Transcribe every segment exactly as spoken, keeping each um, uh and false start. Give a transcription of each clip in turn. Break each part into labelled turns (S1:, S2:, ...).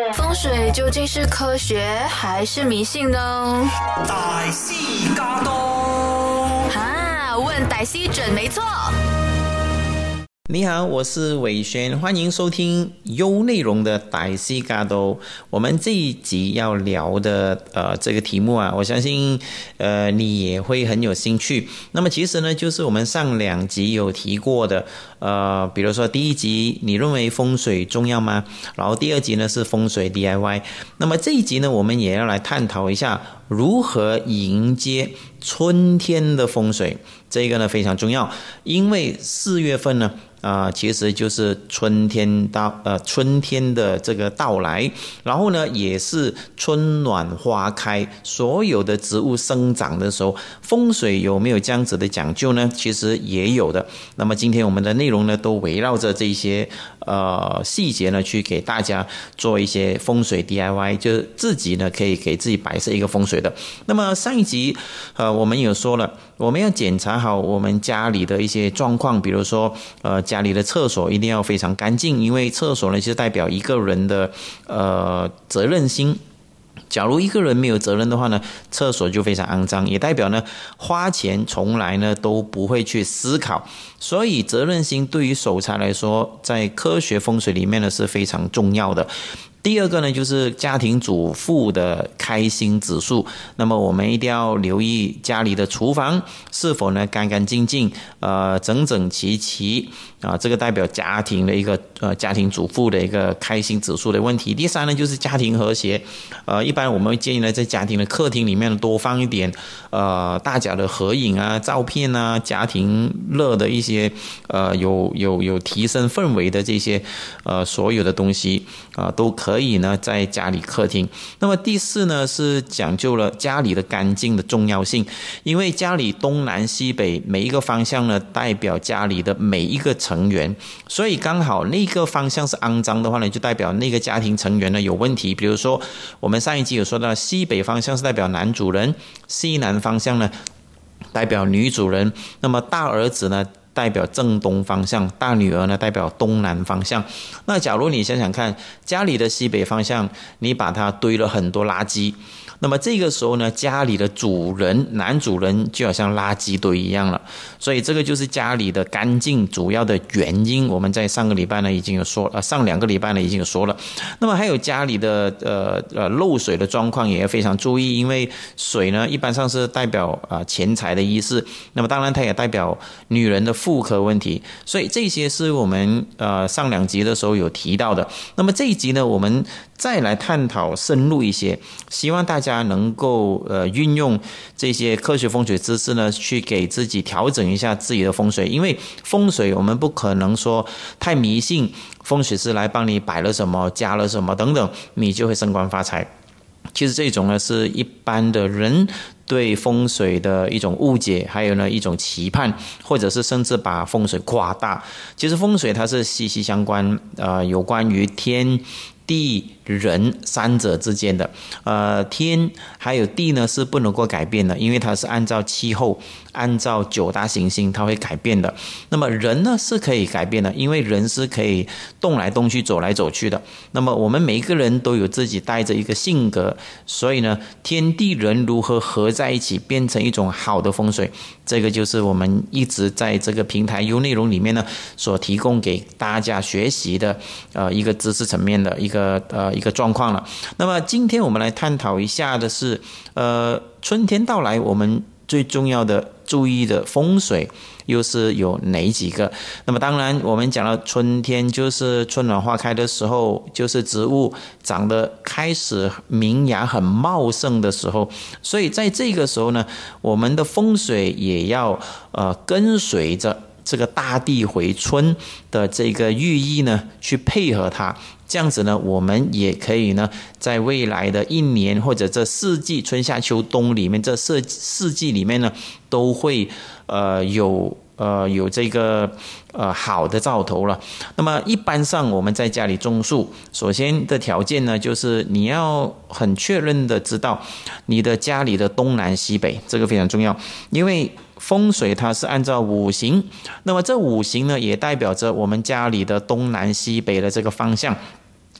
S1: 风水究竟是科学还是迷信呢？
S2: 大师驾到！
S1: 哈，问大师准没错。
S3: 你好，我是伟轩，欢迎收听优内容的大师驾到。我们这一集要聊的呃这个题目啊，我相信呃你也会很有兴趣。那么其实呢，就是我们上两集有提过的，呃，比如说第一集你认为风水重要吗？然后第二集呢是风水 D I Y。那么这一集呢，我们也要来探讨一下如何迎接春天的风水。这个呢非常重要，因为四月份呢。啊、呃，其实就是春天到呃春天的这个到来，然后呢，也是春暖花开，所有的植物生长的时候，风水有没有这样子的讲究呢？其实也有的。那么今天我们的内容呢，都围绕着这些呃细节呢，去给大家做一些风水 D I Y， 就是自己呢可以给自己摆设一个风水的。那么上一集呃我们有说了，我们要检查好我们家里的一些状况，比如说呃。家里的厕所一定要非常干净，因为厕所呢就代表一个人的呃责任心。假如一个人没有责任的话呢，厕所就非常肮脏，也代表呢花钱从来呢都不会去思考。所以责任心对于守财来说，在科学风水里面呢是非常重要的。第二个呢，就是家庭主妇的开心指数。那么我们一定要留意家里的厨房是否呢干干净净，呃，整整齐齐啊，这个代表家庭的一个呃家庭主妇的一个开心指数的问题。第三呢，就是家庭和谐。呃，一般我们会建议呢，在家庭的客厅里面多放一点呃大家的合影啊、照片啊、家庭乐的一些呃有有有提升氛围的这些呃所有的东西啊、呃，都可以。可以呢，在家里客厅。那么第四呢，是讲究了家里的干净的重要性，因为家里东南西北每一个方向呢，代表家里的每一个成员，所以刚好那个方向是肮脏的话呢，就代表那个家庭成员呢有问题。比如说，我们上一集有说到，西北方向是代表男主人，西南方向呢代表女主人。那么大儿子呢？代表正东方向，大女儿呢代表东南方向。那假如你想想看，家里的西北方向，你把它堆了很多垃圾，那么这个时候呢，家里的主人，男主人就好像垃圾堆一样了。所以这个就是家里的干净主要的原因。我们在上个礼拜呢已经有说，呃，上两个礼拜呢已经有说了。那么还有家里的呃呃漏水的状况也要非常注意，因为水呢一般上是代表啊、呃、钱财的意思。那么当然它也代表女人的妇科问题，所以这些是我们呃上两集的时候有提到的。那么这一集呢，我们再来探讨深入一些，希望大家能够呃运用这些科学风水知识呢，去给自己调整一下自己的风水。因为风水我们不可能说太迷信，风水师来帮你摆了什么、加了什么等等，你就会升官发财。其实这种呢是一般的人对风水的一种误解，还有呢一种期盼，或者是甚至把风水夸大。其实风水它是息息相关，呃，有关于天地人三者之间的，呃，天还有地呢是不能够改变的，因为它是按照气候，按照九大行星它会改变的。那么人呢是可以改变的，因为人是可以动来动去、走来走去的。那么我们每一个人都有自己带着一个性格，所以呢，天地人如何合在一起变成一种好的风水，这个就是我们一直在这个平台优内容里面呢所提供给大家学习的呃一个知识层面的一个呃一个状况了。那么今天我们来探讨一下的是，呃，春天到来，我们最重要的注意的风水又是有哪几个？那么当然我们讲到春天就是春暖花开的时候，就是植物长得开始萌芽很茂盛的时候，所以在这个时候呢，我们的风水也要呃跟随着这个大地回春的这个寓意呢去配合它。这样子呢，我们也可以呢，在未来的一年或者这四季春夏秋冬里面，这四四季里面呢，都会呃有呃有这个呃好的兆头了。那么一般上我们在家里种树，首先的条件呢，就是你要很确认的知道你的家里的东南西北，这个非常重要，因为风水它是按照五行，那么这五行呢也代表着我们家里的东南西北的这个方向。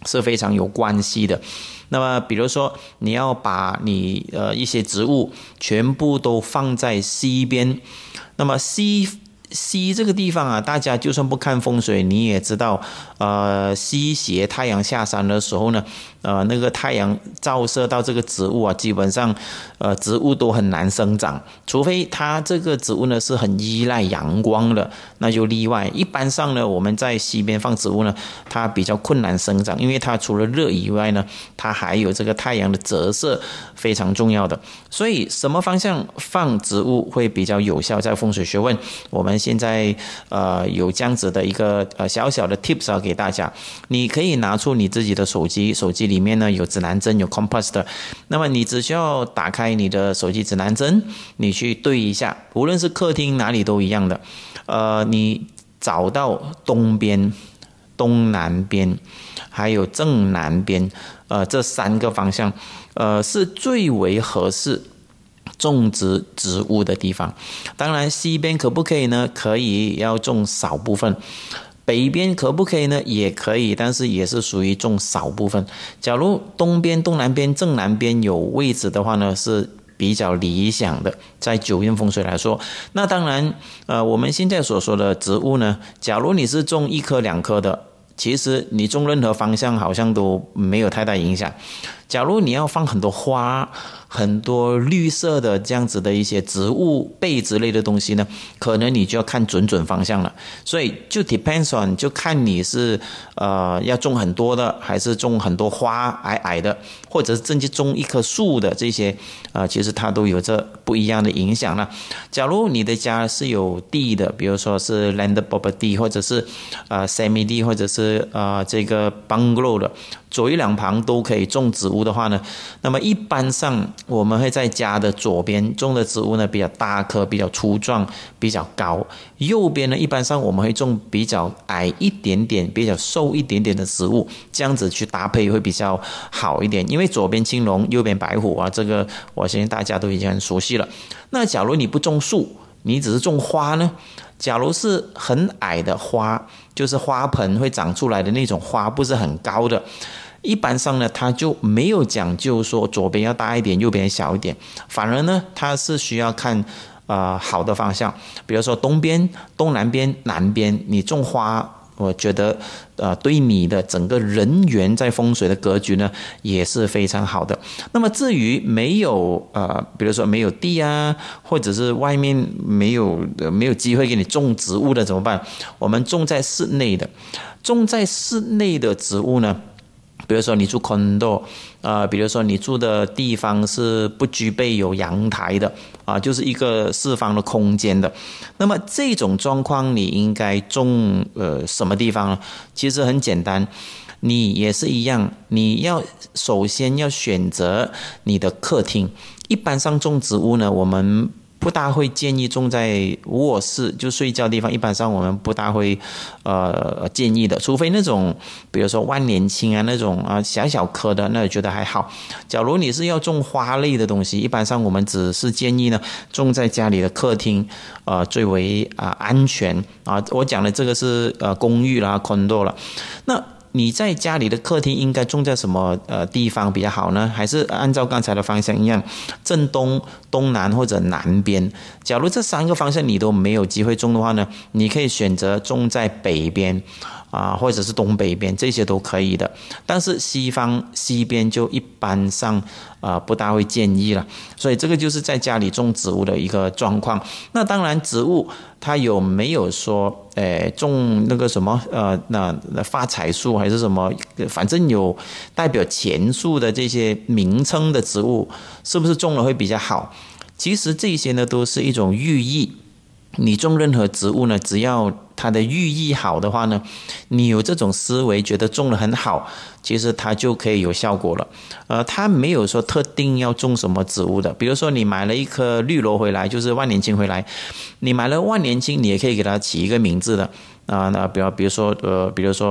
S3: 是非常有关系的。那么比如说你要把你呃一些植物全部都放在西边，那么西西这个地方啊，大家就算不看风水，你也知道，呃，西斜太阳下山的时候呢，呃，那个太阳照射到这个植物啊，基本上，呃，植物都很难生长，除非它这个植物呢是很依赖阳光的，那就例外。一般上呢，我们在西边放植物呢，它比较困难生长，因为它除了热以外呢，它还有这个太阳的折射，非常重要的。所以，什么方向放植物会比较有效？在风水学问，我们现在呃有这样子的一个呃小小的 tips 要给大家，你可以拿出你自己的手机，手机里面呢有指南针，有 compass 的，那么你只需要打开你的手机指南针，你去对一下，无论是客厅哪里都一样的，呃，你找到东边、东南边，还有正南边，呃，这三个方向，呃，是最为合适种植植物的地方。当然西边可不可以呢？可以，要种少部分。北边可不可以呢？也可以，但是也是属于种少部分。假如东边、东南边、正南边有位置的话呢，是比较理想的，在九运风水来说。那当然呃，我们现在所说的植物呢，假如你是种一棵两棵的，其实你种任何方向好像都没有太大影响。假如你要放很多花、很多绿色的这样子的一些植物被之类的东西呢，可能你就要看准准方向了。所以就 depends on， 就看你是呃要种很多的，还是种很多花矮矮的，或者是甚至种一棵树的，这些呃其实它都有着不一样的影响了。假如你的家是有地的，比如说是 landed property， 或者是呃 semi 地，或者是呃这个 bungalow 的，左右两旁都可以种植物的话呢，那么一般上我们会在家的左边种的植物呢比较大棵、比较粗壮、比较高，右边呢一般上我们会种比较矮一点点、比较瘦一点点的植物，这样子去搭配会比较好一点。因为左边青龙，右边白虎啊，这个我相信大家都已经很熟悉了。那假如你不种树，你只是种花呢？假如是很矮的花，就是花盆会长出来的那种花，不是很高的，一般上呢，它就没有讲究说左边要大一点，右边小一点，反而呢，它是需要看呃好的方向，比如说东边、东南边、南边，你种花。我觉得，呃，对你的整个人员在风水的格局呢，也是非常好的。那么至于没有呃，比如说没有地啊，或者是外面没有、呃、没有机会给你种植物的怎么办？我们种在室内的，种在室内的植物呢？比如说你住 condo， 呃，比如说你住的地方是不具备有阳台的啊、呃，就是一个四方的空间的。那么这种状况，你应该种呃什么地方呢？其实很简单，你也是一样，你要首先要选择你的客厅。一般上种植物呢，我们不大会建议种在卧室，就睡觉的地方，一般上我们不大会呃建议的，除非那种比如说万年青啊那种啊小小棵的，那我觉得还好。假如你是要种花类的东西，一般上我们只是建议呢种在家里的客厅，呃最为啊、呃、安全啊。我讲的这个是呃公寓啦 condo 了，那。你在家里的客厅应该种在什么呃地方比较好呢？还是按照刚才的方向一样，正东、东南或者南边？假如这三个方向你都没有机会种的话呢，你可以选择种在北边啊、呃，或者是东北边，这些都可以的。但是西方西边就一般上啊、呃、不大会建议了。所以这个就是在家里种植物的一个状况。那当然，植物它有没有说，诶，种那个什么，呃，那发财树还是什么，反正有代表钱数的这些名称的植物，是不是种了会比较好？其实这些呢，都是一种寓意。你种任何植物呢，只要它的寓意好的话呢，你有这种思维，觉得种了很好，其实它就可以有效果了。呃，它没有说特定要种什么植物的。比如说你买了一颗绿萝回来，就是万年青回来，你买了万年青，你也可以给它起一个名字的。啊、呃，那比如比如说呃，比如说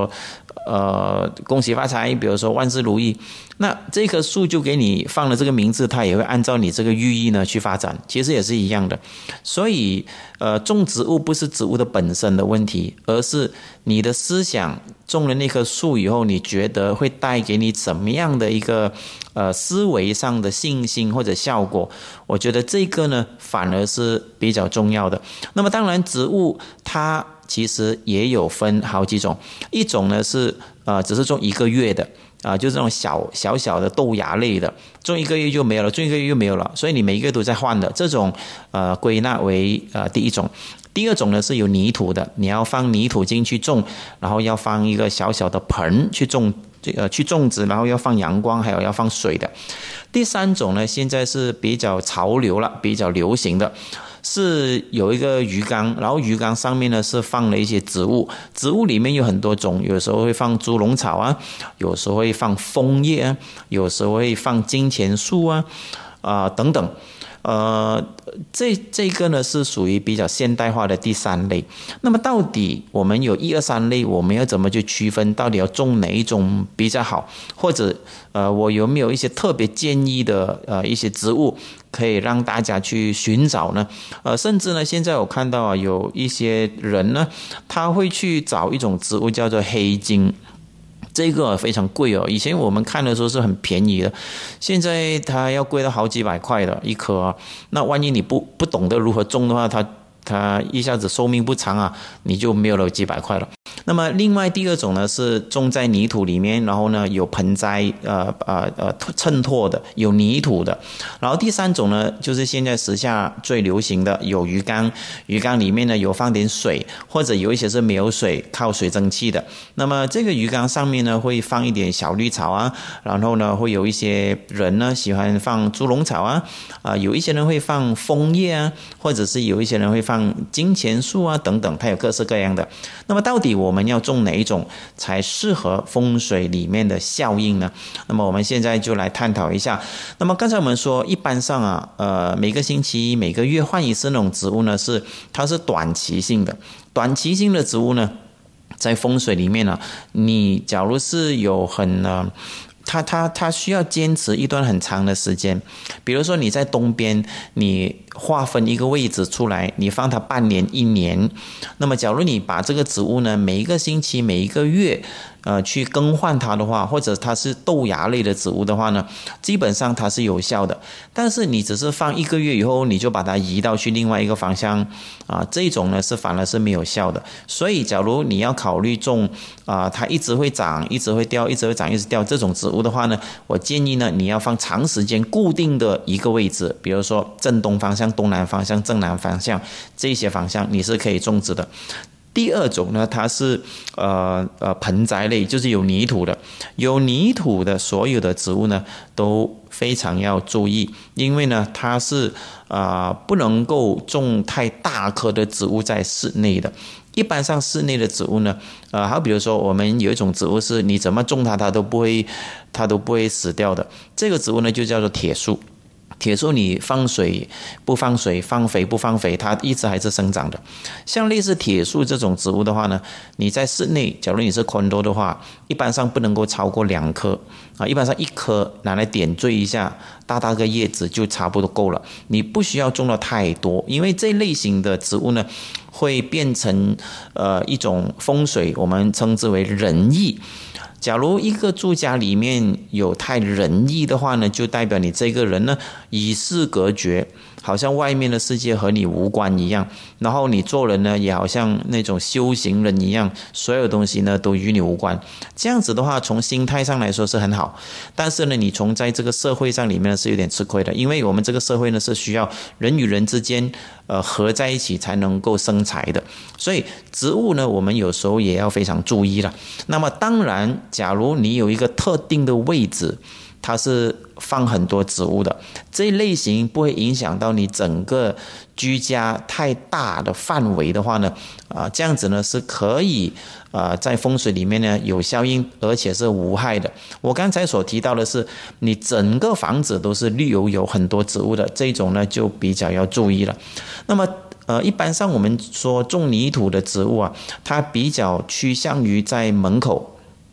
S3: 呃恭喜发财，比如说万事如意，那这棵树就给你放了这个名字，它也会按照你这个寓意呢去发展，其实也是一样的。所以呃种植物不是植物的本身的问题，而是你的思想种了那棵树以后，你觉得会带给你怎么样的一个呃思维上的信心或者效果，我觉得这个呢反而是比较重要的。那么当然植物它其实也有分好几种，一种呢是呃只是种一个月的啊、呃，就是这种小小小的豆芽类的，种一个月就没有了，种一个月就没有了，所以你每一个月都在换的，这种呃归纳为呃第一种。第二种呢是有泥土的，你要放泥土进去种，然后要放一个小小的盆去种呃去种植，然后要放阳光，还有要放水的。第三种呢现在是比较潮流了，比较流行的是有一个鱼缸，然后鱼缸上面呢是放了一些植物，植物里面有很多种，有时候会放猪笼草啊，有时候会放枫叶啊，有时候会放金钱树啊啊、呃、等等。呃，这这个呢是属于比较现代化的第三类。那么到底我们有一二三类，我们要怎么去区分？到底要种哪一种比较好？或者呃，我有没有一些特别建议的呃一些植物可以让大家去寻找呢？呃，甚至呢，现在我看到啊，有一些人呢，他会去找一种植物叫做黑金。这个非常贵哦，以前我们看的时候是很便宜的，现在它要贵到好几百块的一颗啊。那万一你不不懂得如何种的话，它它一下子寿命不长啊，你就没有了几百块了。那么另外第二种呢是种在泥土里面，然后呢有盆栽呃呃呃衬托的，有泥土的。然后第三种呢就是现在时下最流行的，有鱼缸，鱼缸里面呢有放点水，或者有一些是没有水，靠水蒸气的。那么这个鱼缸上面呢会放一点小绿草啊，然后呢会有一些人呢喜欢放猪笼草啊，啊、呃、有一些人会放枫叶啊，或者是有一些人会放金钱树啊等等，它有各式各样的。那么到底我们要种哪一种才适合风水里面的效应呢？那么我们现在就来探讨一下。那么刚才我们说，一般上啊，呃，每个星期、每个月换一次那种植物呢，是它是短期性的。短期性的植物呢，在风水里面呢、啊，你假如是有很呃。它它它需要坚持一段很长的时间，比如说你在东边，你划分一个位置出来，你放它半年一年，那么假如你把这个植物呢，每一个星期每一个月呃去更换它的话，或者它是豆芽类的植物的话呢，基本上它是有效的。但是你只是放一个月以后，你就把它移到去另外一个方向啊，这种呢是反而是没有效的。所以假如你要考虑种啊、呃，它一直会长，一直会掉，一直会长，一直掉这种植物的话呢，我建议呢你要放长时间固定的一个位置，比如说正东方向、东南方向、正南方向这些方向你是可以种植的。第二种呢，它是呃呃盆栽类，就是有泥土的。有泥土的所有的植物呢，都非常要注意，因为呢，它是啊、呃、不能够种太大棵的植物在室内的。一般上室内的植物呢，呃，好比如说我们有一种植物是你怎么种它，它都不会，它都不会死掉的。这个植物呢，就叫做铁树。铁树你放水不放水，放肥不放肥，它一直还是生长的。像类似铁树这种植物的话呢，你在室内，假如你是 condo 的话，一般上不能够超过两颗啊，一般上一颗拿来点缀一下，大大个叶子就差不多够了。你不需要种到太多，因为这类型的植物呢，会变成呃一种风水，我们称之为仁义。假如一个住家里面有太仁义的话呢，就代表你这个人呢与世隔绝，好像外面的世界和你无关一样，然后你做人呢也好像那种修行人一样，所有东西呢都与你无关。这样子的话，从心态上来说是很好，但是呢你从在这个社会上里面是有点吃亏的，因为我们这个社会呢是需要人与人之间呃合在一起才能够生财的，所以植物呢我们有时候也要非常注意了。那么当然假如你有一个特定的位置，它是放很多植物的，这一类型不会影响到你整个居家太大的范围的话呢，啊、呃，这样子呢是可以啊、呃，在风水里面呢有效应，而且是无害的。我刚才所提到的是，你整个房子都是绿油油很多植物的这种呢，就比较要注意了。那么呃，一般上我们说种泥土的植物啊，它比较趋向于在门口。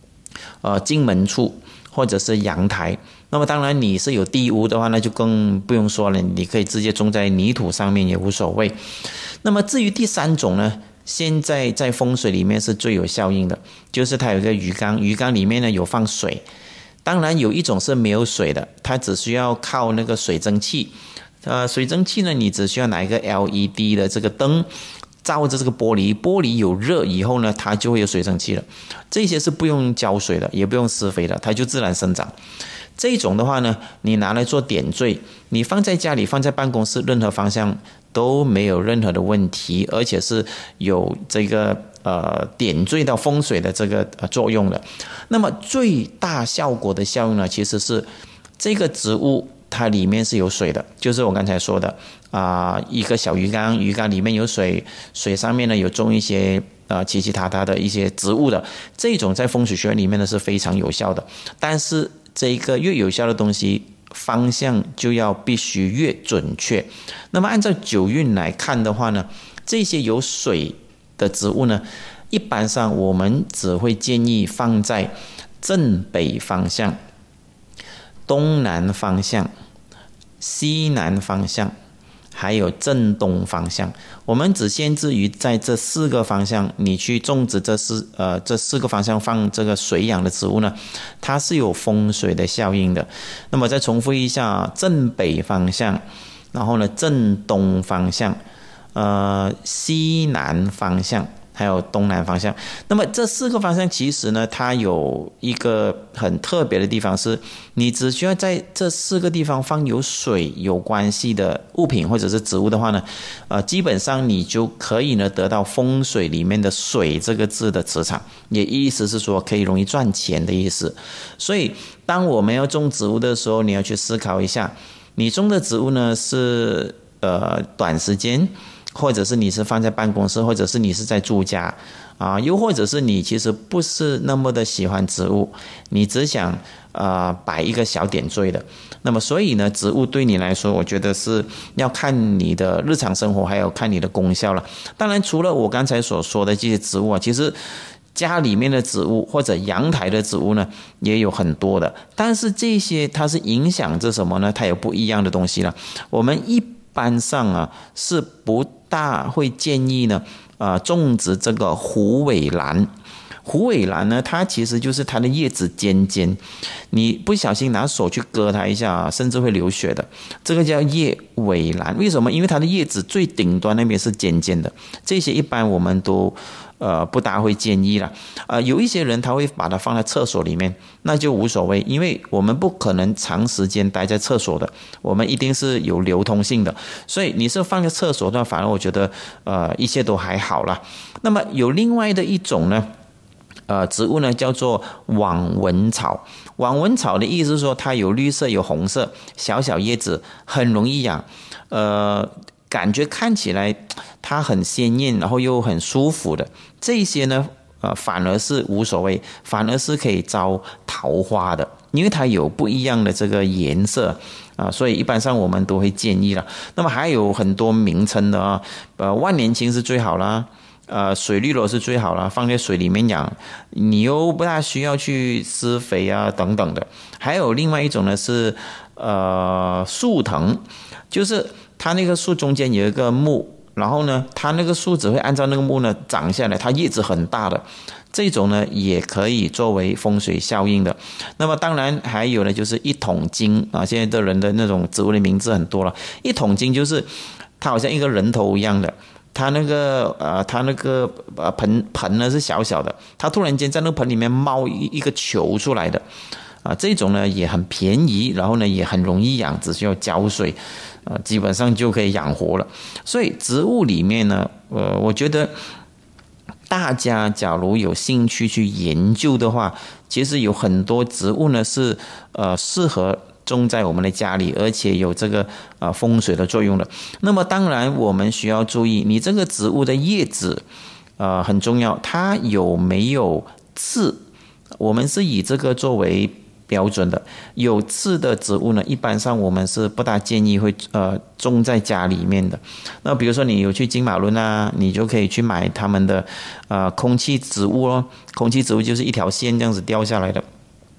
S3: 呃进门处或者是阳台。那么当然你是有地屋的话，那就更不用说了，你可以直接种在泥土上面也无所谓。那么至于第三种呢，现在在风水里面是最有效应的，就是它有一个鱼缸，鱼缸里面呢有放水。当然有一种是没有水的，它只需要靠那个水蒸气。呃，水蒸气呢，你只需要拿一个 L E D 的这个灯照着这个玻璃，玻璃有热以后呢，它就会有水蒸气了。这些是不用浇水的，也不用施肥的，它就自然生长。这种的话呢，你拿来做点缀，你放在家里，放在办公室，任何方向都没有任何的问题，而且是有这个呃点缀到风水的这个呃作用的。那么最大效果的效应呢，其实是这个植物它里面是有水的，就是我刚才说的啊、呃，一个小鱼缸，鱼缸里面有水，水上面呢有种一些呃其其他他的一些植物的，这种在风水学里面呢是非常有效的。但是这个越有效的东西，方向就要必须越准确。那么按照九运来看的话呢，这些有水的植物呢，一般上我们只会建议放在正北方向、东南方向、西南方向，还有正东方向。我们只限制于在这四个方向，你去种植这四呃这四个方向放这个水养的植物呢，它是有风水的效应的。那么再重复一下，正北方向，然后呢正东方向，呃西南方向，还有东南方向。那么这四个方向其实呢，它有一个很特别的地方是，你只需要在这四个地方放有水有关系的物品或者是植物的话呢，呃，基本上你就可以呢得到风水里面的水这个字的磁场，也意思是说可以容易赚钱的意思。所以当我们要种植物的时候，你要去思考一下，你种的植物呢是呃短时间，或者是你是放在办公室，或者是你是在住家啊，又或者是你其实不是那么的喜欢植物，你只想呃摆一个小点缀的。那么所以呢，植物对你来说，我觉得是要看你的日常生活，还有看你的功效了。当然，除了我刚才所说的这些植物啊，其实家里面的植物或者阳台的植物呢，也有很多的。但是这些它是影响着什么呢？它有不一样的东西了。我们一般上啊是不大会建议呢，呃，种植这个虎尾兰。虎尾兰呢，它其实就是它的叶子尖尖，你不小心拿手去割它一下啊，甚至会流血的。这个叫叶尾兰，为什么？因为它的叶子最顶端那边是尖尖的，这些一般我们都呃不大会建议啦。呃，有一些人他会把它放在厕所里面，那就无所谓，因为我们不可能长时间待在厕所的，我们一定是有流通性的，所以你是放在厕所的，反而我觉得呃一切都还好啦。那么有另外的一种呢。呃，植物呢叫做网纹草。网纹草的意思是说，它有绿色有红色，小小叶子，很容易养。呃，感觉看起来它很鲜艳，然后又很舒服的。这些呢，呃，反而是无所谓，反而是可以招桃花的，因为它有不一样的这个颜色啊，所以一般上我们都会建议了。那么还有很多名称的啊，呃，万年青是最好啦。呃，水绿萝是最好了，放在水里面养，你又不大需要去施肥啊等等的。还有另外一种呢是呃树藤，就是它那个树中间有一个木，然后呢，它那个树只会按照那个木呢长下来，它叶子很大的，这种呢也可以作为风水效应的。那么当然还有呢，就是一桶金啊，现在的人的那种植物的名字很多了，一桶金就是它好像一个人头一样的。它那个呃，它那个呃盆盆呢是小小的，它突然间在那个盆里面冒一一个球出来的，啊、呃，这种呢也很便宜，然后呢也很容易养，只需要浇水，啊、呃，基本上就可以养活了。所以植物里面呢，呃，我觉得大家假如有兴趣去研究的话，其实有很多植物呢是呃适合种在我们的家里，而且有这个呃风水的作用的。那么当然我们需要注意，你这个植物的叶子呃很重要，它有没有刺，我们是以这个作为标准的。有刺的植物呢，一般上我们是不大建议会呃种在家里面的。那比如说你有去金马伦啊，你就可以去买他们的呃空气植物咯。空气植物就是一条线这样子掉下来的，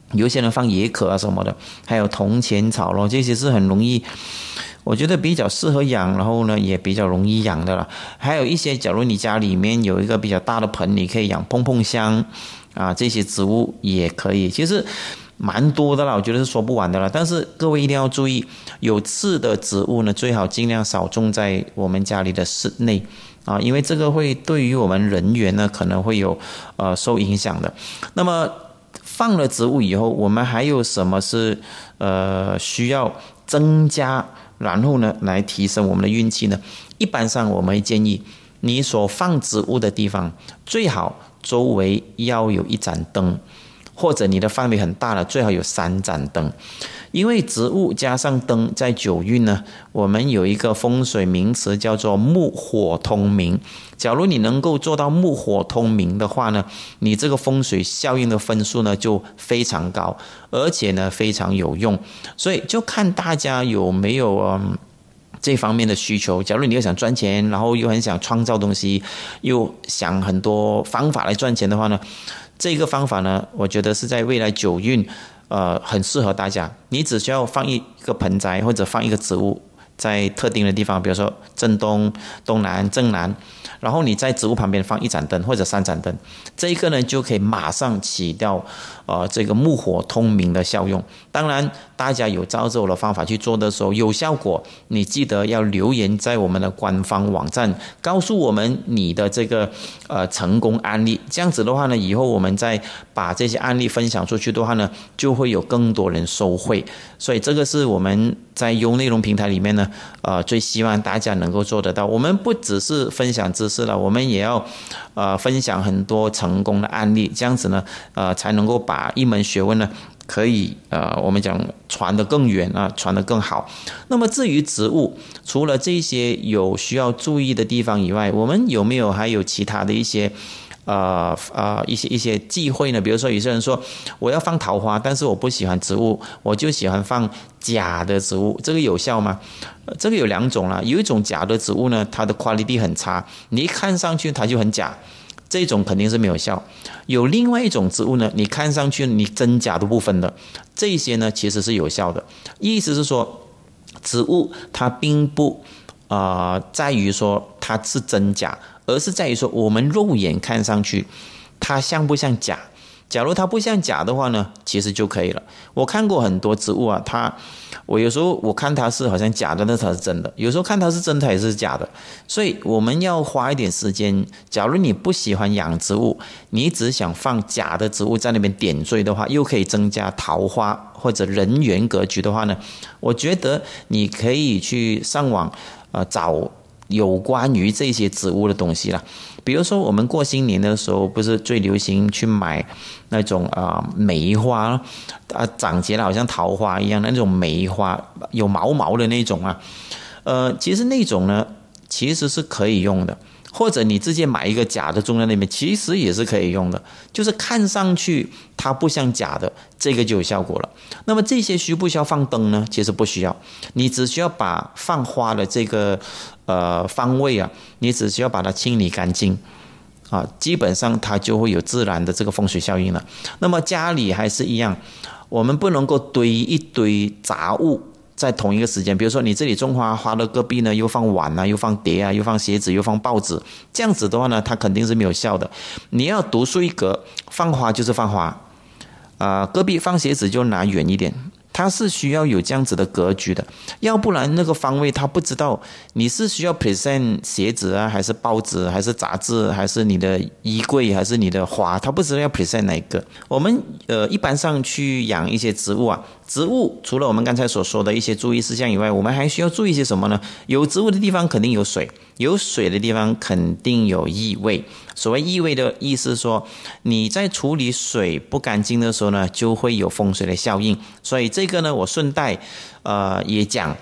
S3: 有些人放椰壳啊什么的，还有铜钱草咯，这些是很容易，我觉得比较适合养，然后呢也比较容易养的了。还有一些，假如你家里面有一个比较大的盆，你可以养碰碰香啊，这些植物也可以。其实蛮多的啦，我觉得是说不完的啦。但是各位一定要注意，有刺的植物呢，最好尽量少种在我们家里的室内啊，因为这个会对于我们人员呢可能会有呃受影响的。那么放了植物以后，我们还有什么是呃需要增加，然后呢来提升我们的运气呢？一般上我们会建议你所放植物的地方最好周围要有一盏灯，或者你的范围很大了，最好有三盏灯。因为植物加上灯在九运呢，我们有一个风水名词叫做木火通明。假如你能够做到木火通明的话呢，你这个风水效应的分数呢就非常高，而且呢非常有用。所以就看大家有没有嗯这方面的需求。假如你又想赚钱，然后又很想创造东西，又想很多方法来赚钱的话呢，这个方法呢，我觉得是在未来九运呃，很适合大家。你只需要放一个盆栽或者放一个植物在特定的地方，比如说正东、东南、正南，然后你在植物旁边放一盏灯或者三盏灯，这个呢就可以马上起到呃这个木火通明的效用。当然，大家有照着我的方法去做的时候有效果，你记得要留言在我们的官方网站，告诉我们你的这个呃成功案例。这样子的话呢，以后我们再把这些案例分享出去的话呢，就会有更多人受惠。所以这个是我们在优内容平台里面呢，呃，最希望大家能够做得到。我们不只是分享知识了，我们也要呃分享很多成功的案例，这样子呢，呃，才能够把一门学问呢，可以呃我们讲传得更远啊，传得更好。那么至于植物，除了这些有需要注意的地方以外，我们有没有还有其他的一些呃呃一些一些忌讳呢？比如说有些人说我要放桃花，但是我不喜欢植物，我就喜欢放假的植物，这个有效吗？呃、这个有两种啦，有一种假的植物呢，它的 quality 很差，你一看上去它就很假，这种肯定是没有效。有另外一种植物呢，你看上去你真假都不分的，这些呢其实是有效的。意思是说，植物它并不呃在于说它是真假，而是在于说我们肉眼看上去它像不像假。假如它不像假的话呢，其实就可以了。我看过很多植物啊，它我有时候我看它是好像假的，那它是真的；有时候看它是真的，它也是假的。所以我们要花一点时间。假如你不喜欢养植物，你只想放假的植物在那边点缀的话，又可以增加桃花或者人缘格局的话呢，我觉得你可以去上网呃找有关于这些植物的东西啦。比如说我们过新年的时候，不是最流行去买那种啊、呃、梅花啊，长起来好像桃花一样的那种梅花，有毛毛的那种啊。呃，其实那种呢，其实是可以用的。或者你直接买一个假的种在那边，其实也是可以用的，就是看上去它不像假的，这个就有效果了。那么这些需不需要放灯呢？其实不需要，你只需要把放花的这个呃方位啊，你只需要把它清理干净啊，基本上它就会有自然的这个风水效应了。那么家里还是一样，我们不能够堆一堆杂物在同一个时间，比如说你这里种花，花的隔壁呢又放碗啊，又放碟啊，又放鞋子，又放报纸，这样子的话呢，它肯定是没有效的。你要独树一格，放花就是放花，啊、呃，隔壁放鞋子就拿远一点。它是需要有这样子的格局的，要不然那个方位他不知道你是需要 present 鞋子啊，还是报纸，还是杂志，还是你的衣柜，还是你的花，他不知道要 present 哪一个。我们呃一般上去养一些植物啊，植物除了我们刚才所说的一些注意事项以外，我们还需要注意些什么呢？有植物的地方肯定有水，有水的地方肯定有异味。所谓异味的意思说，你在处理水不干净的时候呢，就会有风水的效应。所以这个呢，我顺带呃也讲，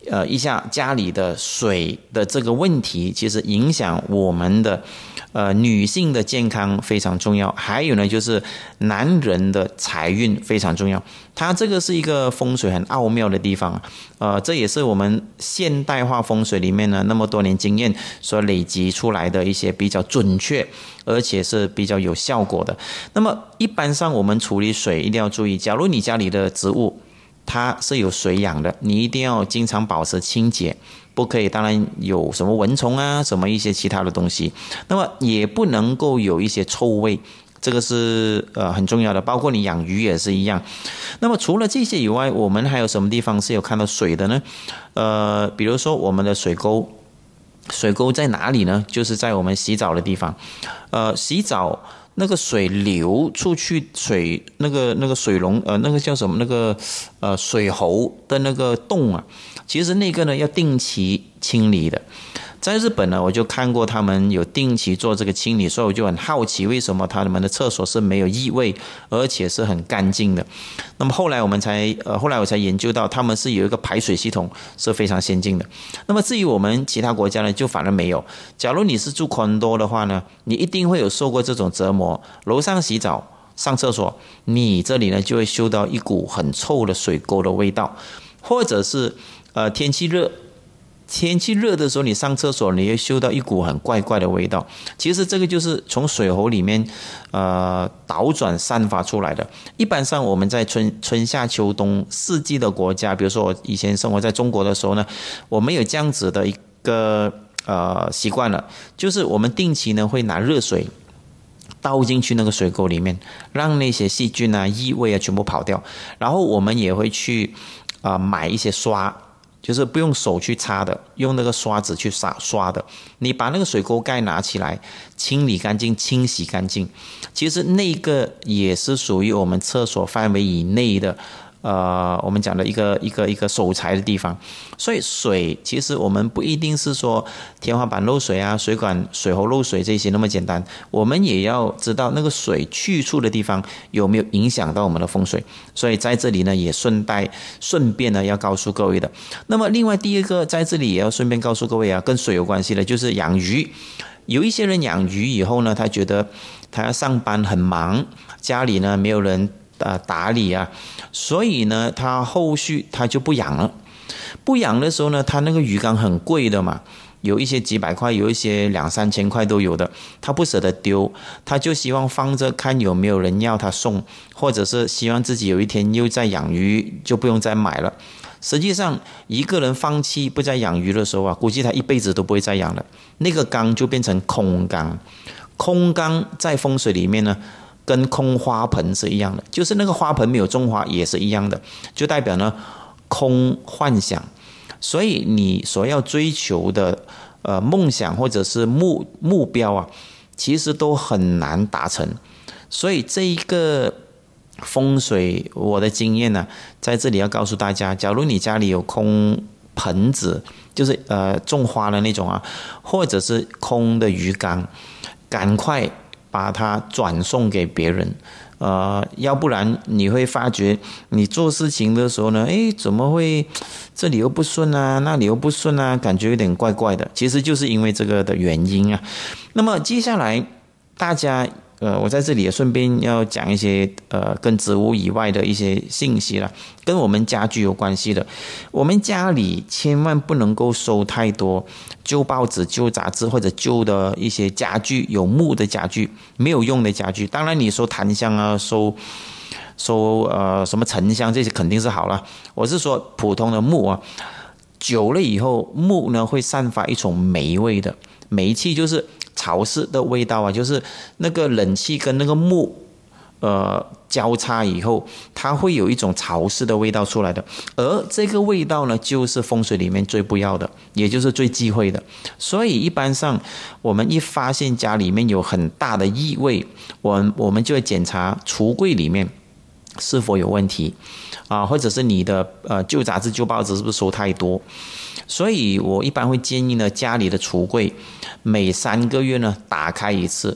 S3: 呃一下家里的水的这个问题，其实影响我们的呃女性的健康非常重要，还有呢就是男人的财运非常重要。它这个是一个风水很奥妙的地方，呃，这也是我们现代化风水里面呢那么多年经验所累积出来的一些比较准确，而且是比较有效果的。那么一般上我们处理水一定要注意，假如你家里的植物它是有水养的，你一定要经常保持清洁，不可以当然有什么蚊虫啊，什么一些其他的东西，那么也不能够有一些臭味。这个是呃很重要的，包括你养鱼也是一样。那么除了这些以外，我们还有什么地方是有看到水的呢？呃，比如说我们的水沟，水沟在哪里呢？就是在我们洗澡的地方。呃，洗澡那个水流出去，水那个那个水龙呃那个叫什么那个呃水喉的那个洞啊，其实那个呢要定期清理的。在日本呢，我就看过他们有定期做这个清理，所以我就很好奇为什么他们的厕所是没有异味，而且是很干净的。那么后来我们才呃，后来我才研究到，他们是有一个排水系统是非常先进的。那么至于我们其他国家呢，就反而没有。假如你是住condo的话呢，你一定会有受过这种折磨。楼上洗澡、上厕所，你这里呢就会嗅到一股很臭的水沟的味道，或者是呃天气热。天气热的时候，你上厕所，你会嗅到一股很怪怪的味道。其实这个就是从水喉里面，呃，倒转散发出来的。一般上我们在春春夏秋冬四季的国家，比如说我以前生活在中国的时候呢，我们有这样子的一个呃习惯了，就是我们定期呢会拿热水倒进去那个水沟里面，让那些细菌啊、异味啊全部跑掉。然后我们也会去啊、呃、买一些刷。就是不用手去擦的，用那个刷子去刷刷的。你把那个水沟盖拿起来，清理干净、清洗干净。其实那个也是属于我们厕所范围以内的，呃，我们讲的一个一个一个守财的地方。所以水其实我们不一定是说天花板漏水啊、水管水喉漏水这些那么简单，我们也要知道那个水去处的地方有没有影响到我们的风水。所以在这里呢，也顺带顺便呢要告诉各位的。那么另外第二个在这里也要顺便告诉各位啊，跟水有关系的就是养鱼。有一些人养鱼以后呢，他觉得他要上班很忙，家里呢没有人呃打理啊，所以呢他后续他就不养了。不养的时候呢，他那个鱼缸很贵的嘛，有一些几百块，有一些两三千块都有的，他不舍得丢，他就希望放着看有没有人要他送，或者是希望自己有一天又在养鱼，就不用再买了。实际上一个人放弃不再养鱼的时候啊，估计他一辈子都不会再养了，那个缸就变成空缸。空缸在风水里面呢，跟空花盆是一样的，就是那个花盆没有种花也是一样的，就代表呢空幻想。所以你所要追求的呃梦想或者是目目标啊，其实都很难达成。所以这一个风水我的经验呢、啊，在这里要告诉大家，假如你家里有空盆子，就是呃种花的那种啊，或者是空的鱼缸，赶快把它转送给别人。呃，要不然你会发觉你做事情的时候呢，诶，怎么会这里又不顺啊，那里又不顺啊，感觉有点怪怪的，其实就是因为这个的原因啊。那么接下来大家呃，我在这里也顺便要讲一些呃跟植物以外的一些信息啦，跟我们家具有关系的。我们家里千万不能够收太多旧报纸、旧杂志或者旧的一些家具，有木的家具、没有用的家具。当然你收檀香啊，收收呃什么沉香这些肯定是好了。我是说普通的木啊，久了以后木呢会散发一种霉味的，霉气就是潮湿的味道啊，就是那个冷气跟那个木呃交叉以后，它会有一种潮湿的味道出来的，而这个味道呢就是风水里面最不要的，也就是最忌讳的。所以一般上我们一发现家里面有很大的异味，我我们就会检查橱柜里面是否有问题啊，或者是你的呃旧杂志、旧报纸是不是收太多。所以我一般会建议呢，家里的橱柜每三个月呢打开一次，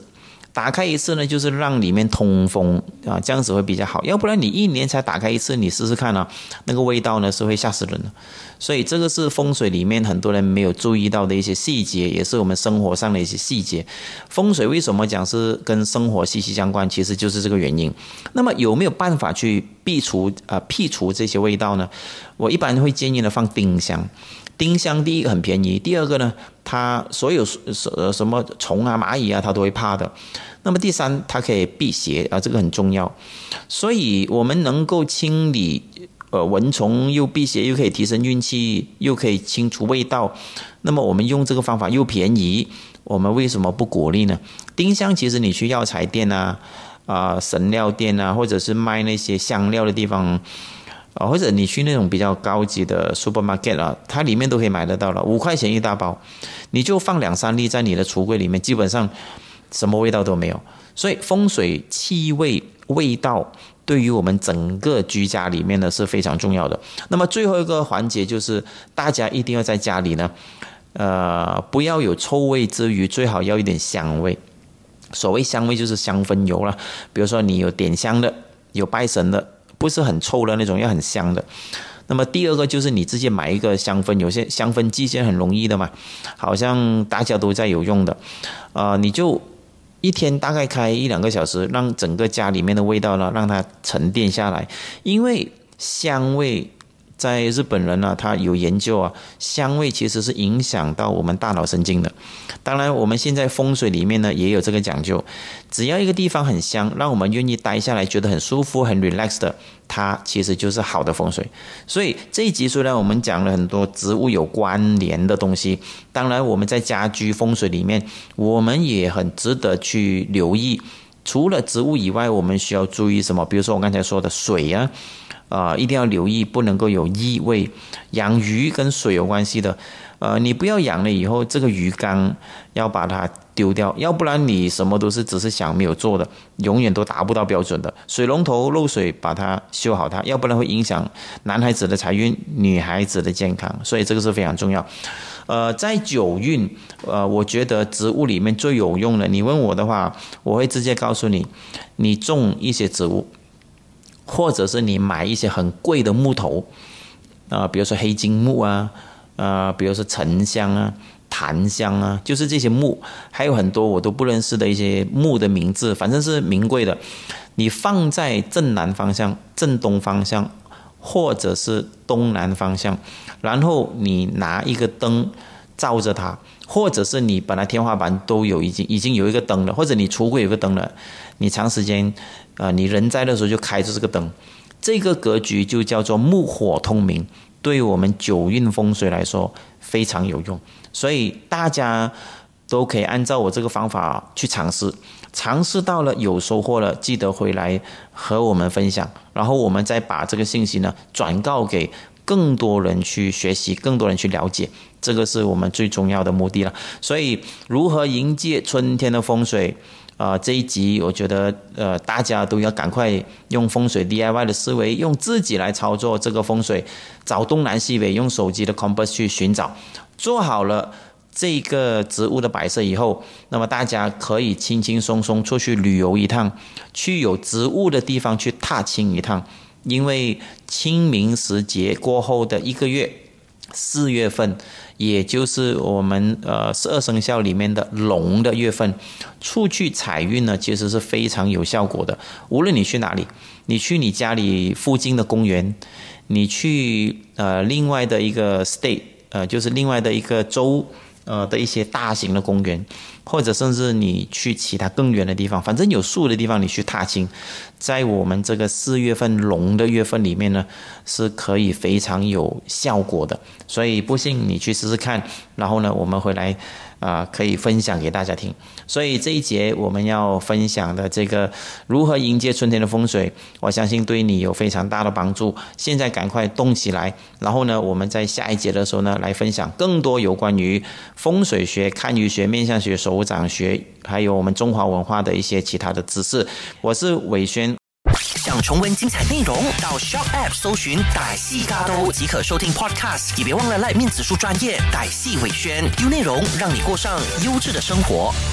S3: 打开一次呢，就是让里面通风啊，这样子会比较好。要不然你一年才打开一次，你试试看啊，那个味道呢是会吓死人的。所以这个是风水里面很多人没有注意到的一些细节，也是我们生活上的一些细节。风水为什么讲是跟生活息息相关，其实就是这个原因。那么有没有办法去避除呃辟除这些味道呢？我一般会建议呢放丁香。丁香第一个很便宜，第二个呢，它所有什么虫啊、蚂蚁啊，它都会怕的。那么第三，它可以辟邪啊，这个很重要。所以我们能够清理呃蚊虫，又辟邪，又可以提升运气，又可以清除味道。那么我们用这个方法又便宜，我们为什么不鼓励呢？丁香其实你去药材店啊、啊、呃、神料店啊，或者是卖那些香料的地方。啊，或者你去那种比较高级的 supermarket 啊，它里面都可以买得到了，五块钱一大包，你就放两三粒在你的橱柜里面，基本上什么味道都没有。所以风水气味味道对于我们整个居家里面呢是非常重要的。那么最后一个环节就是大家一定要在家里呢，呃，不要有臭味之余，最好要一点香味。所谓香味就是香氛油啦，比如说你有点香的，有拜神的。不是很臭的那种，要很香的。那么第二个就是你直接买一个香氛，有些香氛机现在很容易的嘛，好像大家都在有用的，呃，你就一天大概开一两个小时，让整个家里面的味道呢，让它沉淀下来。因为香味在日本人呢，他有研究啊，香味其实是影响到我们大脑神经的。当然，我们现在风水里面呢也有这个讲究，只要一个地方很香，让我们愿意待下来，觉得很舒服、很 relax 的，它其实就是好的风水。所以这一集虽然我们讲了很多植物有关联的东西，当然我们在家居风水里面，我们也很值得去留意。除了植物以外，我们需要注意什么？比如说我刚才说的水啊。呃，一定要留意，不能够有异味。养鱼跟水有关系的，呃，你不要养了以后，这个鱼缸要把它丢掉，要不然你什么都是只是想没有做的，永远都达不到标准的。水龙头漏水，把它修好它，要不然会影响男孩子的财运，女孩子的健康，所以这个是非常重要。呃，在九运，呃，我觉得植物里面最有用的，你问我的话，我会直接告诉你，你种一些植物。或者是你买一些很贵的木头，啊、呃，比如说黑金木啊，呃，比如说沉香啊、檀香啊，就是这些木，还有很多我都不认识的一些木的名字，反正是名贵的。你放在正南方向、正东方向，或者是东南方向，然后你拿一个灯照着它，或者是你本来天花板都有已经已经有一个灯了，或者你橱柜有个灯了，你长时间。啊、呃，你人在的时候就开着这个灯，这个格局就叫做木火通明，对我们九运风水来说非常有用，所以大家都可以按照我这个方法去尝试，尝试到了有收获了，记得回来和我们分享，然后我们再把这个信息呢转告给更多人去学习，更多人去了解，这个是我们最重要的目的了。所以如何迎接春天的风水？呃，这一集我觉得呃，大家都要赶快用风水 D I Y 的思维，用自己来操作这个风水，找东南西北，用手机的 compass 去寻找，做好了这个植物的摆设以后，那么大家可以轻轻松松出去旅游一趟，去有植物的地方去踏青一趟，因为清明时节过后的一个月，四月份，也就是我们呃十二生肖里面的龙的月份，出去财运呢，其实是非常有效果的。无论你去哪里，你去你家里附近的公园，你去呃另外的一个 state， 呃就是另外的一个州呃的一些大型的公园，或者甚至你去其他更远的地方，反正有树的地方你去踏青，在我们这个四月份龙的月份里面呢，是可以非常有效果的。所以不信你去试试看，然后呢我们回来啊、呃、可以分享给大家听。所以这一节我们要分享的这个如何迎接春天的风水，我相信对你有非常大的帮助。现在赶快动起来，然后呢我们在下一节的时候呢来分享更多有关于风水学、堪舆学、面相学、手掌学，还有我们中华文化的一些其他的知识。我是伟轩。
S2: 想重温精彩内容，到 Shop App 搜寻歹戲加都即可收聽 Podcast， 也別忘了賴面子書專頁歹戲偉軒，有內容讓你過上優質的生活。